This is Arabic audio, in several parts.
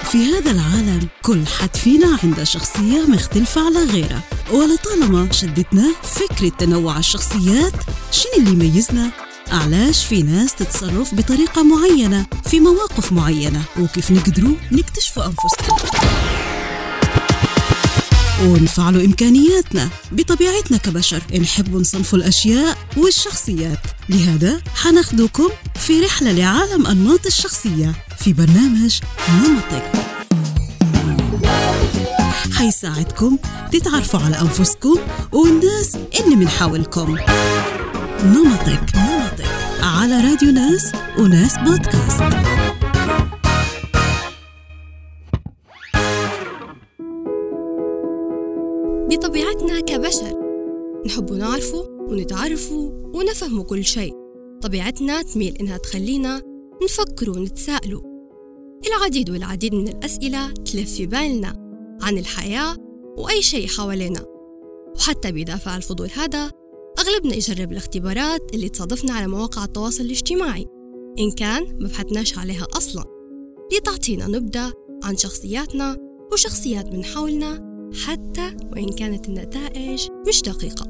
في هذا العالم كل حد فينا عنده شخصية مختلفة على غيره، ولطالما شدتنا فكرة تنوع الشخصيات، شنو اللي يميزنا؟ علاش في ناس تتصرف بطريقة معينة في مواقف معينة، وكيف نقدروا نكتشفوا أنفسنا ونفعلوا إمكانياتنا. بطبيعتنا كبشر نحب نصنف الأشياء والشخصيات، لهذا حناخدكم في رحلة لعالم أنماط الشخصية في برنامج نمطك، حيساعدكم تتعرفوا على أنفسكم والناس اللي من حولكم. نمطك على راديو ناس وناس بودكاست. بطبيعتنا كبشر نحب نعرفه ونتعرفه ونفهمه كل شيء. طبيعتنا تميل إنها تخلينا نفكر ونتساءلوا. العديد والعديد من الأسئلة تلف في بالنا عن الحياة وأي شيء حوالينا، وحتى بدافع الفضول هذا أغلبنا يجرب الاختبارات اللي تصادفنا على مواقع التواصل الاجتماعي إن كان ما بحثناش عليها أصلاً، لتعطينا نبذة عن شخصياتنا وشخصيات من حولنا حتى وإن كانت النتائج مش دقيقة.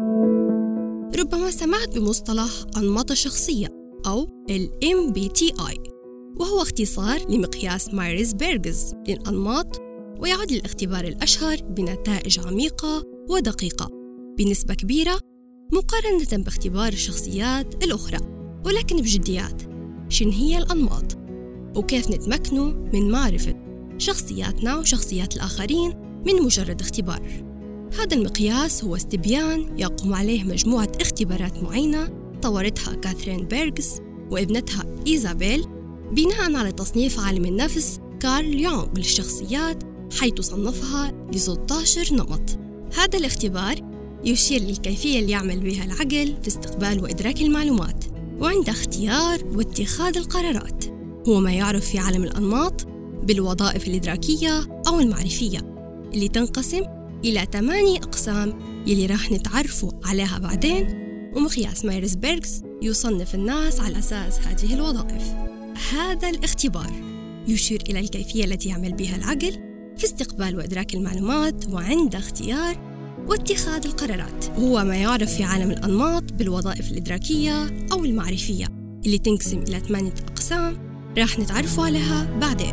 ربما سمعت بمصطلح أنماط الشخصية أو ال MBTI، وهو اختصار لمقياس مايرز-بريجز للأنماط، ويعد الاختبار الأشهر بنتائج عميقة ودقيقة بنسبة كبيرة مقارنة باختبار الشخصيات الأخرى. ولكن بجديات، شن هي الأنماط؟ وكيف نتمكنوا من معرفة شخصياتنا وشخصيات الآخرين من مجرد اختبار؟ هذا المقياس هو استبيان يقوم عليه مجموعة اختبارات معينة طورتها كاثرين بيرغز وابنتها إيزابيل بناء على تصنيف عالم النفس كارل يونغ للشخصيات، حيث صنفها ل 16 نمط. هذا الاختبار يشير للكيفية اللي يعمل بها العقل في استقبال وإدراك المعلومات وعند اختيار واتخاذ القرارات. هو ما يعرف في عالم الأنماط بالوظائف الإدراكية أو المعرفية، اللي تنقسم إلى 8 أقسام يلي راح نتعرفوا عليها بعدين. ومقياس مايرز-بريجز يصنف الناس على أساس هذه الوظائف. هذا الاختبار يشير إلى الكيفية التي يعمل بها العقل في استقبال وإدراك المعلومات وعند اختيار واتخاذ القرارات. هو ما يعرف في عالم الأنماط بالوظائف الإدراكية أو المعرفية، اللي تنقسم إلى 8 أقسام راح نتعرفوا عليها بعدين.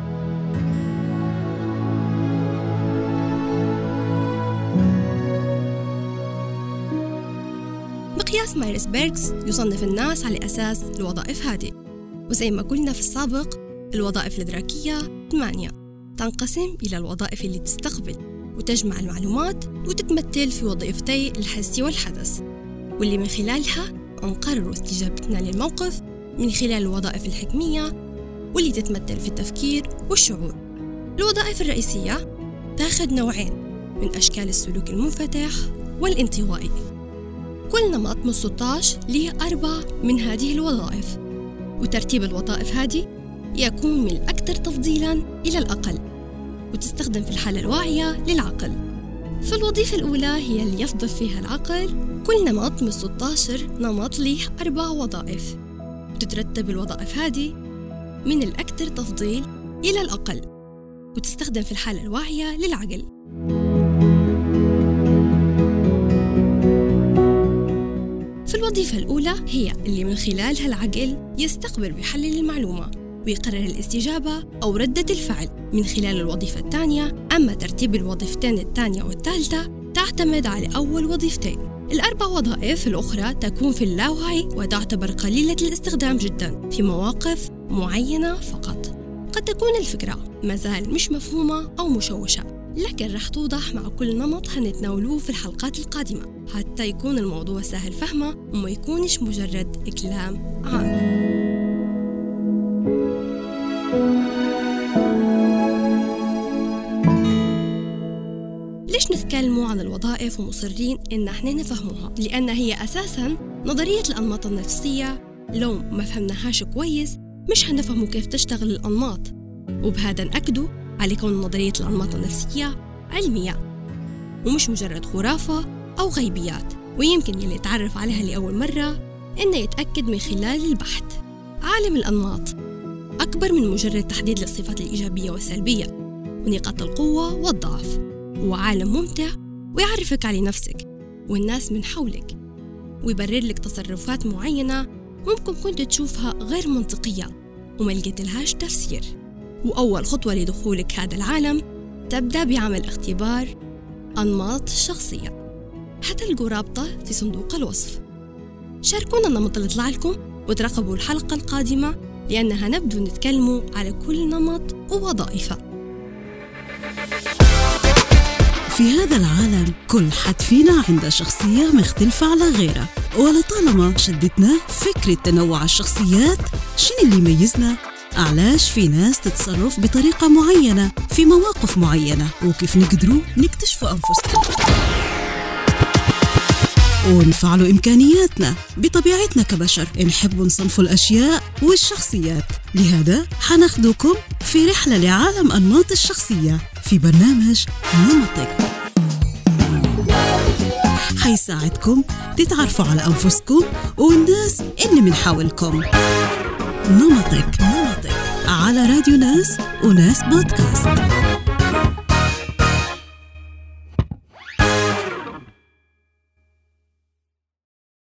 مقياس مايرز-بريجز يصنف الناس على أساس الوظائف هذه، وزي ما قلنا في السابق الوظائف الإدراكية 8 تنقسم إلى الوظائف اللي تستقبل وتجمع المعلومات وتتمثل في وظيفتي الحس والحدث، واللي من خلالها نقرر استجابتنا للموقف من خلال الوظائف الحكمية، واللي تتمثل في التفكير والشعور. الوظائف الرئيسية تأخذ نوعين من أشكال السلوك المنفتح والانطوائي. كل نمط من 16 له 4 من هذه الوظائف، وترتيب الوظائف هذه يكون من الأكثر تفضيلاً إلى الأقل، وتستخدم في الحالة الواعية للعقل. فالوظيفة الأولى هي اللي يفضل فيها العقل. كل نمط من 16 نمط له 4 وظائف، وتترتب الوظائف هذه من الأكثر تفضيل إلى الأقل، وتستخدم في الحالة الواعية للعقل. الوظيفة الأولى هي اللي من خلالها العقل يستقبل ويحلل المعلومة ويقرر الاستجابة أو ردة الفعل من خلال الوظيفة الثانية. أما ترتيب الوظيفتين الثانية والثالثة تعتمد على أول وظيفتين. ال4 وظائف الأخرى تكون في اللاوعي وتعتبر قليلة الاستخدام جدا في مواقف معينة فقط. قد تكون الفكرة مازال مش مفهومة أو مشوشة، لكن رح توضح مع كل نمط هنتناولوه في الحلقات القادمة حتى يكون الموضوع سهل فهمه وما يكونش مجرد كلام عام. ليش نتكلموا عن الوظائف ومصرين إن احنا نفهموها؟ لأن هي أساساً نظرية الأنماط النفسية. لو ما فهمناهاش كويس مش هنفهموا كيف تشتغل الأنماط، وبهذا نأكدوا على كون نظرية الأنماط النفسية علمية ومش مجرد خرافة أو غيبيات. ويمكن يلي يتعرف عليها لأول مرة إنه يتأكد من خلال البحث. عالم الأنماط أكبر من مجرد تحديد للصفات الإيجابية والسلبية ونقاط القوة والضعف. هو عالم ممتع ويعرفك على نفسك والناس من حولك، ويبرر لك تصرفات معينة ممكن كنت تشوفها غير منطقية وما لقيتلهاش تفسير. وأول خطوة لدخولك هذا العالم تبدأ بعمل اختبار أنماط الشخصية. هتلقوا رابطة في صندوق الوصف. شاركونا النمط اللي طلع لكم وترقبوا الحلقة القادمة، لأنها نبدو نتكلموا على كل نمط ووظائفه. في هذا العالم كل حد فينا عنده شخصية مختلفة على غيره، ولطالما شدتنا فكرة تنوع الشخصيات، شنو اللي يميزنا؟ علاش في ناس تتصرف بطريقة معينة في مواقف معينة، وكيف نقدروا نكتشفوا أنفسنا ونفعلوا إمكانياتنا. بطبيعتنا كبشر نحب نصنف الأشياء والشخصيات، لهذا حناخدكم في رحلة لعالم أنماط الشخصية في برنامج نمطك، حيساعدكم تتعرفوا على أنفسكم والناس اللي من حولكم. نمطك على راديو ناس وناس بودكاست.